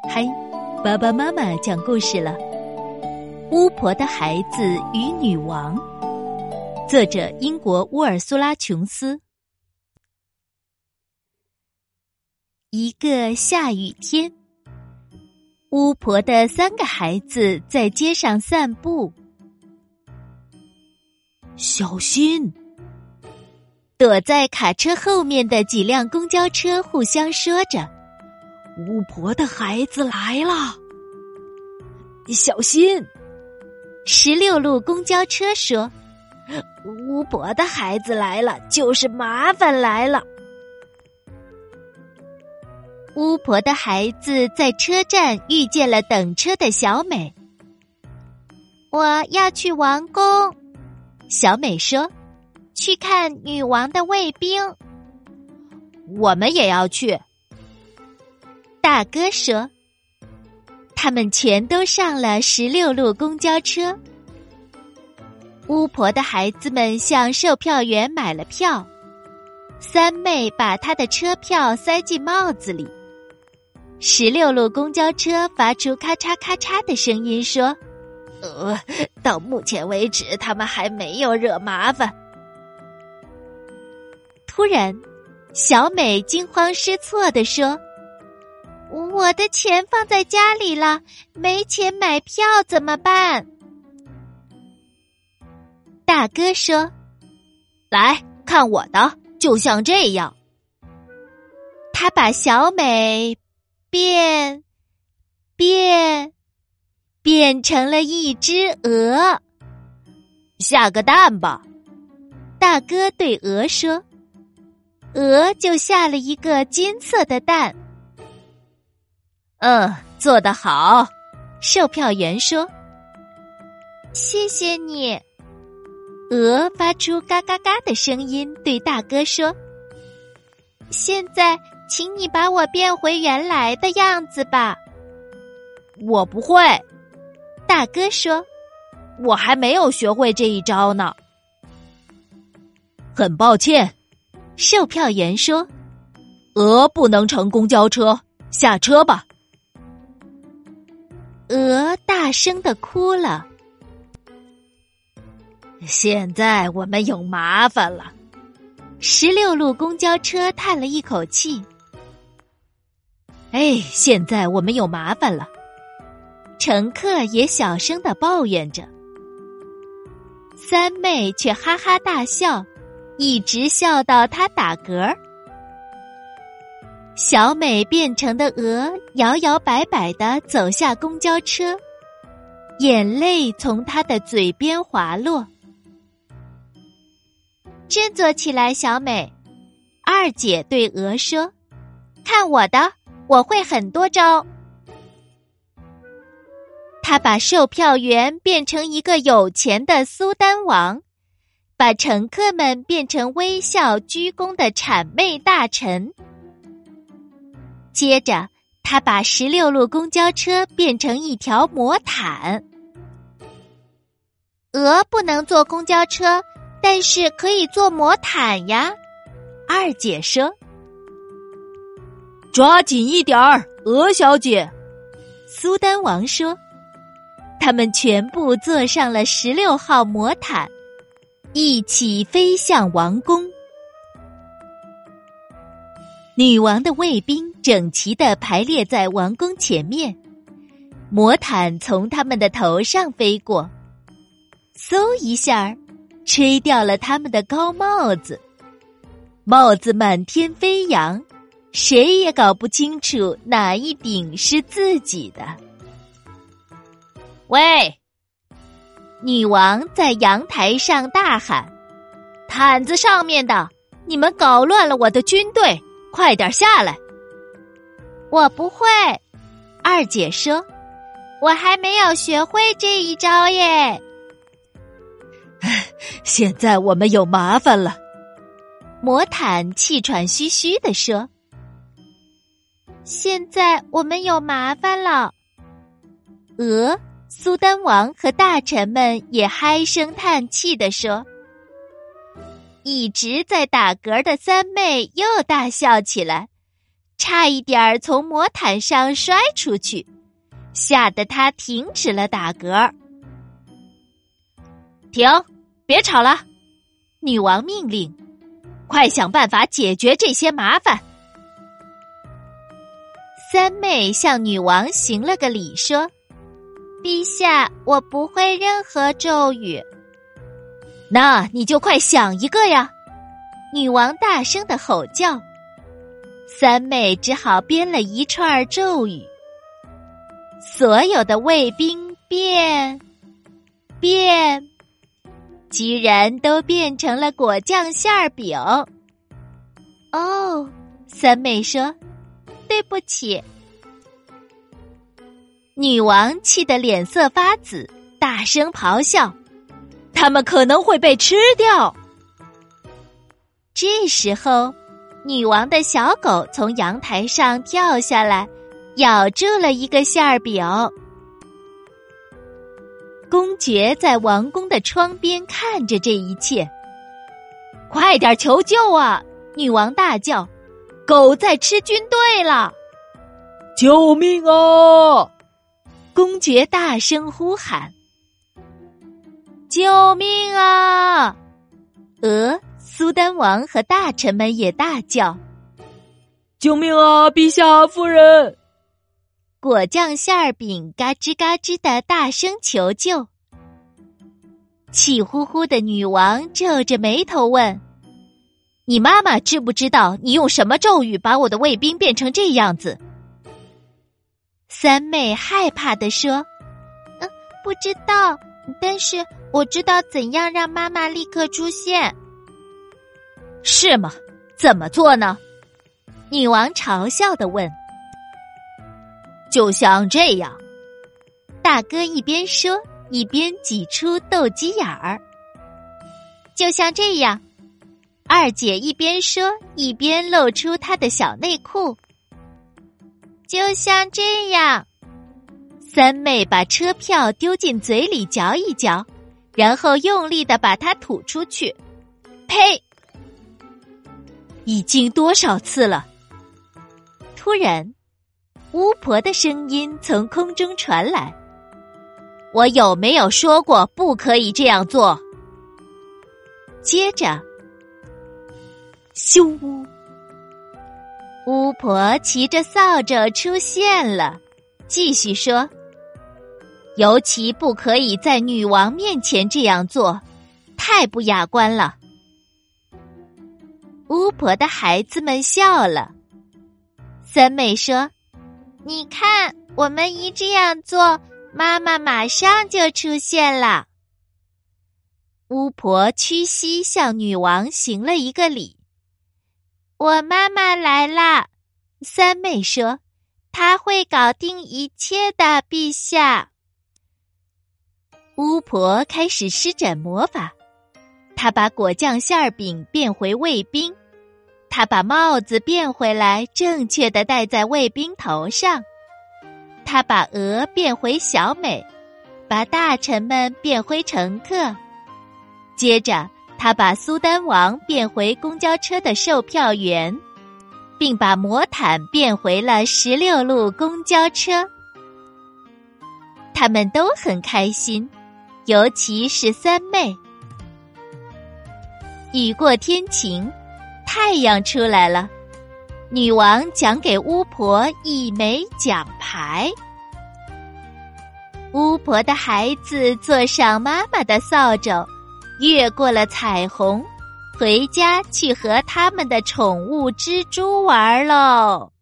嗨，爸爸妈妈讲故事了。巫婆的孩子与女王，作者英国乌尔苏拉·琼斯。一个下雨天，巫婆的3个孩子在街上散步。 小心！ 躲在卡车后面的几辆公交车互相说着：“ 巫婆的孩子来了，小心 ！”16路公交车说：“ 巫婆的孩子来了，就是麻烦来了。” 巫婆的孩子在车站遇见了等车的小美。“我要去王宫。”小美说，“去看女王的卫兵。”“ 我们也要去。” 大哥说。他们全都上了16路公交车。巫婆的孩子们向售票员买了票，三妹把她的车票塞进帽子里。16路公交车发出咔嚓咔嚓的声音说：“ 到目前为止，他们还没有惹麻烦。” 突然，小美惊慌失措地说：“我的钱放在家里了，没钱买票怎么办？”大哥说：“ 来看我的，就像这样。” 他把小美变成了一只鹅。 “下个蛋吧。” 大哥对鹅说。鹅就下了一个金色的蛋。 “做得好。” 售票员说。“谢谢你。”鹅发出嘎嘎嘎的声音，对大哥说：“现在请你把我变回原来的样子吧。”“ 我不会。” 大哥说，“ 我还没有学会这一招呢。”“很抱歉。” 售票员说，“ 鹅不能乘公交车，下车吧。” 鹅大声地哭了。 “现在我们有麻烦了。 ”16路公交车叹了一口气。 “现在我们有麻烦了。” 乘客也小声地抱怨着。三妹却哈哈大笑，一直笑到她打嗝。小美变成的鹅摇摇摆摆地走下公交车，眼泪从她的嘴边滑落。“振作起来，小美！”二姐对鹅说，“看我的，我会很多招。”她把售票员变成一个有钱的苏丹王，把乘客们变成微笑鞠躬的谄媚大臣。接着，他把16路公交车变成一条魔毯。“鹅不能坐公交车，但是可以坐魔毯呀。”二姐说。 “抓紧一点儿，鹅小姐。” 苏丹王说。他们全部坐上了16号魔毯，一起飞向王宫。女王的卫兵整齐地排列在王宫前面，魔毯从他们的头上飞过，嗖一下吹掉了他们的高帽子，帽子满天飞扬，谁也搞不清楚哪一顶是自己的。“喂！”女王在阳台上大喊，“毯子上面的，你们搞乱了我的军队，快点下来！”“我不会。”二姐说，“我还没有学会这一招耶。”“ 现在我们有麻烦了。” 魔毯气喘吁吁地说，“现在我们有麻烦了。”鹅、苏丹王和大臣们也唉声叹气地说。一直在打嗝的三妹又大笑起来， 差一点从魔毯上摔出去，吓得他停止了打嗝。停，别吵了，女王命令，快想办法解决这些麻烦。三妹向女王行了个礼，说：陛下，我不会任何咒语。那你就快想一个呀！女王大声地吼叫。三妹只好编了一串咒语。所有的卫兵变，居然都变成了果酱馅饼。哦，三妹说，对不起。女王气得脸色发紫，大声咆哮，他们可能会被吃掉。这时候，女王的小狗从阳台上跳下来，咬住了一个馅饼。公爵在王宫的窗边看着这一切。快点求救啊！女王大叫，狗在吃军队了！ 救命啊！ 公爵大声呼喊。救命啊！苏丹王和大臣们也大叫。 救命啊，陛下夫人！ 果酱馅饼嘎吱嘎吱的大声求救。气呼呼的女王皱着眉头问：你妈妈知不知道你用什么咒语把我的卫兵变成这样子？三妹害怕地说：不知道，但是我知道怎样让妈妈立刻出现。是吗？怎么做呢？女王嘲笑地问。就像这样。大哥一边说，一边挤出斗鸡眼儿。就像这样。二姐一边说，一边露出她的小内裤。就像这样。三妹把车票丢进嘴里嚼一嚼，然后用力地把它吐出去。呸！已经多少次了？突然，巫婆的声音从空中传来：我有没有说过不可以这样做？接着，咻！巫婆骑着扫帚出现了，继续说：尤其不可以在女王面前这样做，太不雅观了。巫婆的孩子们笑了。三妹说：你看，我们一这样做，妈妈马上就出现了。巫婆屈膝向女王行了一个礼。我妈妈来啦，三妹说，她会搞定一切的，陛下。巫婆开始施展魔法，她把果酱馅饼变回卫兵，她把帽子变回来，正确地戴在卫兵头上，她把鹅变回小美，把大臣们变回乘客。接着，他把苏丹王变回公交车的售票员，并把魔毯变回了16路公交车。他们都很开心，尤其是三妹。雨过天晴，太阳出来了，女王奖给巫婆1枚奖牌。巫婆的孩子坐上妈妈的扫帚，越过了彩虹，回家去和他们的宠物蜘蛛玩喽。